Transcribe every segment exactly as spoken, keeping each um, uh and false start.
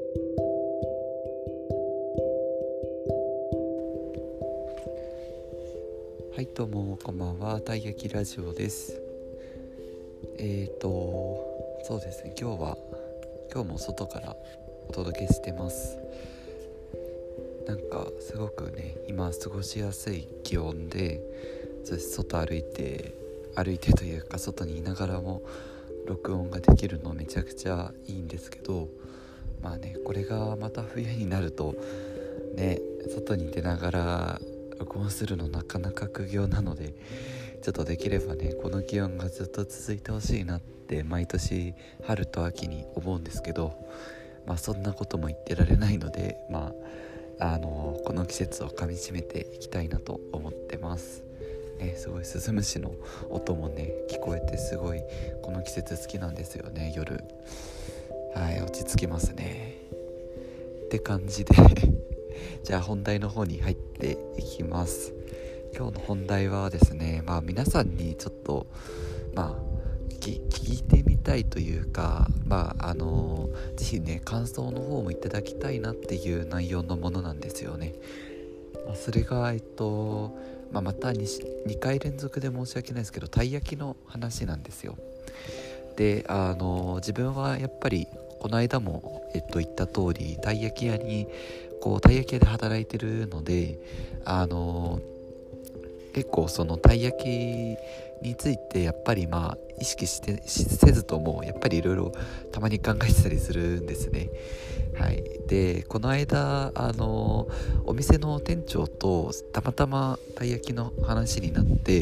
はい、どうもこんばんは。たい焼きラジオです。えーとそうですね今日は今日も外からお届けしてます。なんかすごくね今過ごしやすい気温で、外歩いて歩いてというか外にいながらも録音ができるのめちゃくちゃいいんですけど、まあねこれがまた冬になるとね外に出ながら録音するのなかなか苦行なので、ちょっとできればねこの気温がずっと続いてほしいなって毎年春と秋に思うんですけど、まあそんなことも言ってられないので、まああのこの季節をかみしめていきたいなと思ってます。ね、すごいスズムシの音もね聞こえて、すごいこの季節好きなんですよね。夜はい落ち着きますねって感じでじゃあ本題の方に入っていきます。今日の本題はですね、まあ皆さんにちょっとまあ聞いてみたいというか、まああのぜひね感想の方もいただきたいなっていう内容のものなんですよね。まあ、それがえっと、まあ、また 2, 2回連続で申し訳ないですけど、たい焼きの話なんですよ。であの自分はやっぱりこの間も、えっと、言った通りたい焼き屋にこうたい焼き屋で働いてるので、あの結構そのたい焼きについてやっぱりまあ意識してせずともやっぱりいろいろたまに考えてたりするんですね。はい、でこの間あのお店の店長とたまたまたい焼きの話になって、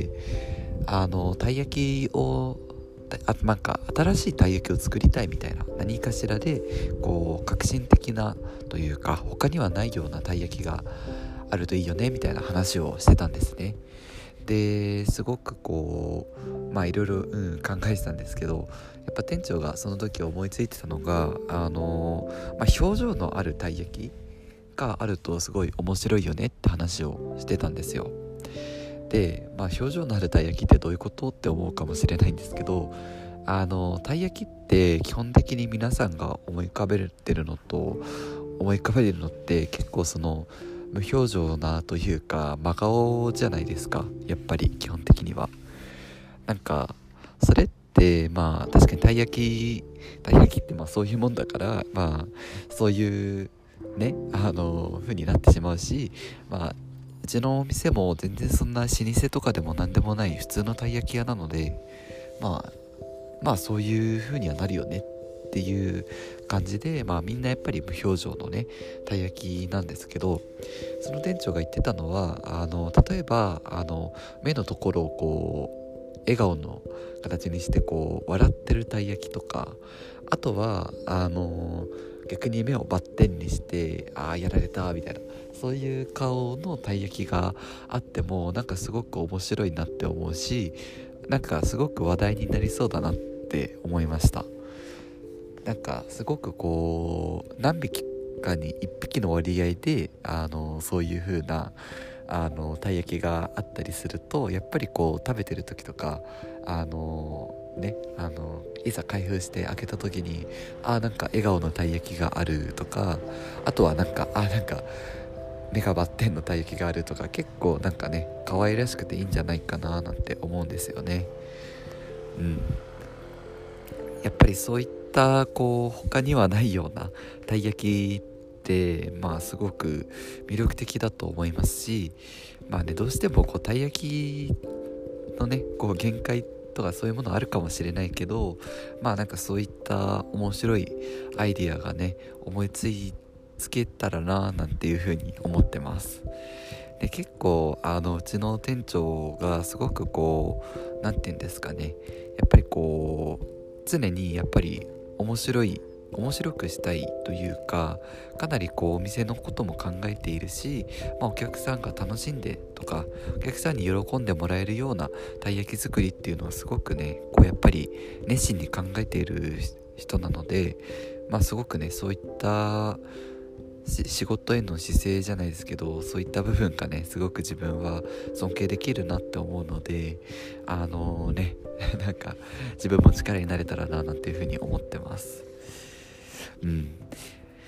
あのたい焼きをあなんか新しいたい焼きを作りたいみたいな、何かしらでこう革新的なというか他にはないようなたい焼きがあるといいよねみたいな話をしてたんですね。ですごくこうまあいろいろ、うん、考えてたんですけど、やっぱ店長がその時思いついてたのがあの、まあ、表情のあるたい焼きがあるとすごい面白いよねって話をしてたんですよ。で、まあ、表情のあるたい焼きってどういうことって思うかもしれないんですけど、あのたい焼きって基本的に皆さんが思い浮かべてるのと思い浮かべるのって結構その無表情なというか真顔じゃないですか。やっぱり基本的にはなんかそれってまあ確かにたい焼きたい焼きってまあそういうもんだから、まあそういうねあの風になってしまうし、まあうちのお店も全然そんな老舗とかでもなんでもない普通のたい焼き屋なので、まあまあそういう風にはなるよねっていう感じで、まあみんなやっぱり無表情のねたい焼きなんですけど、その店長が言ってたのはあの例えばあの目のところをこう笑顔の形にしてこう笑ってるたい焼きとか、あとはあの逆に目をバッテンにしてああやられたみたいな、そういう顔のたい焼きがあってもなんかすごく面白いなって思うし、なんかすごく話題になりそうだなって思いました。なんかすごくこう何匹かにいっぴきの割合であのそういう風なあのたい焼きがあったりすると、やっぱりこう食べてる時とかあのねあのいざ開封して開けた時にあなんか笑顔のたい焼きがあるとか、あとはなんかあなんか目がバッテンのたい焼きがあるとか、結構なんかね可愛らしくていいんじゃないかななんて思うんですよね。うんやっぱりそういったこう他にはないようなたい焼きってまあすごく魅力的だと思いますし、まあねどうしてもこうたい焼きのねこう限界とかそういうものあるかもしれないけど、まあなんかそういった面白いアイディアがね思いついつけたらななんていうふうに思ってます。で結構あのうちの店長がすごくこうなんて言うんですかね、やっぱりこう常にやっぱり面白い面白くしたいというか、かなりこうお店のことも考えているし、まあ、お客さんが楽しんでとかお客さんに喜んでもらえるようなたい焼き作りっていうのはすごくねこうやっぱり熱心に考えている人なので、まあすごくねそういった仕事への姿勢じゃないですけど、そういった部分がねすごく自分は尊敬できるなって思うので、あのー、ねなんか自分も力になれたらななんていうふうに思ってます。うん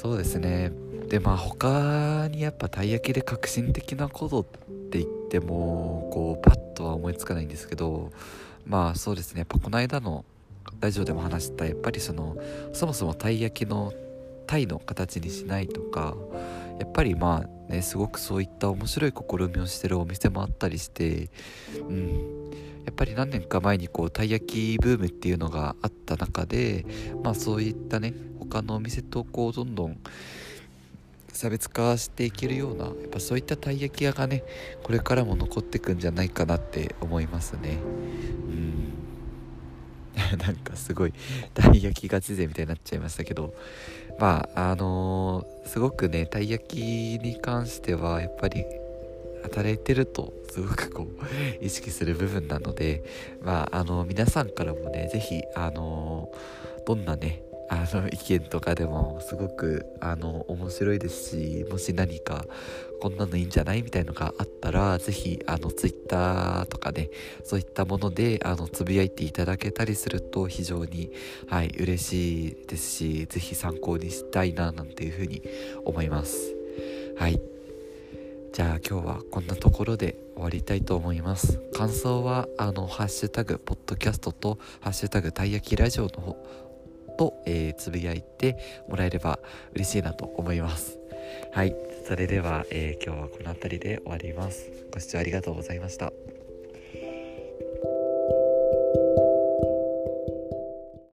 そうですね。でまあ他にやっぱたい焼きで革新的なことって言ってもこうパッとは思いつかないんですけど、まあそうですね、やっぱこの間のラジオでも話したやっぱりそのそもそもたい焼きのタイの形にしないとか、やっぱりまあねすごくそういった面白い試みをしてるお店もあったりして、うん、やっぱり何年か前にこうたい焼きブームっていうのがあった中で、まあそういったね他のお店とこうどんどん差別化していけるような、やっぱそういったたい焼き屋がねこれからも残ってくんじゃないかなって思いますね。うんなんかすごいたい焼きガチ勢みたいになっちゃいましたけど、まああのーすごくねたい焼きに関してはやっぱり働いてるとすごくこう意識する部分なので、まああの皆さんからもねぜひあのどんなねあの意見とかでもすごくあの面白いですし、もし何かこんなのいいんじゃないみたいのがあったらぜひあのツイッターとかねそういったものであのつぶやいていただけたりすると非常にはい嬉しいですし、ぜひ参考にしたいななんていうふうに思います。はい、じゃあ今日はこんなところで終わりたいと思います。感想はあのハッシュタグポッドキャストとハッシュタグたい焼きラジオの方と、えー、つぶやいてもらえれば嬉しいなと思います。はい、それでは、えー、今日はこの辺りで終わります。ご視聴ありがとうございました。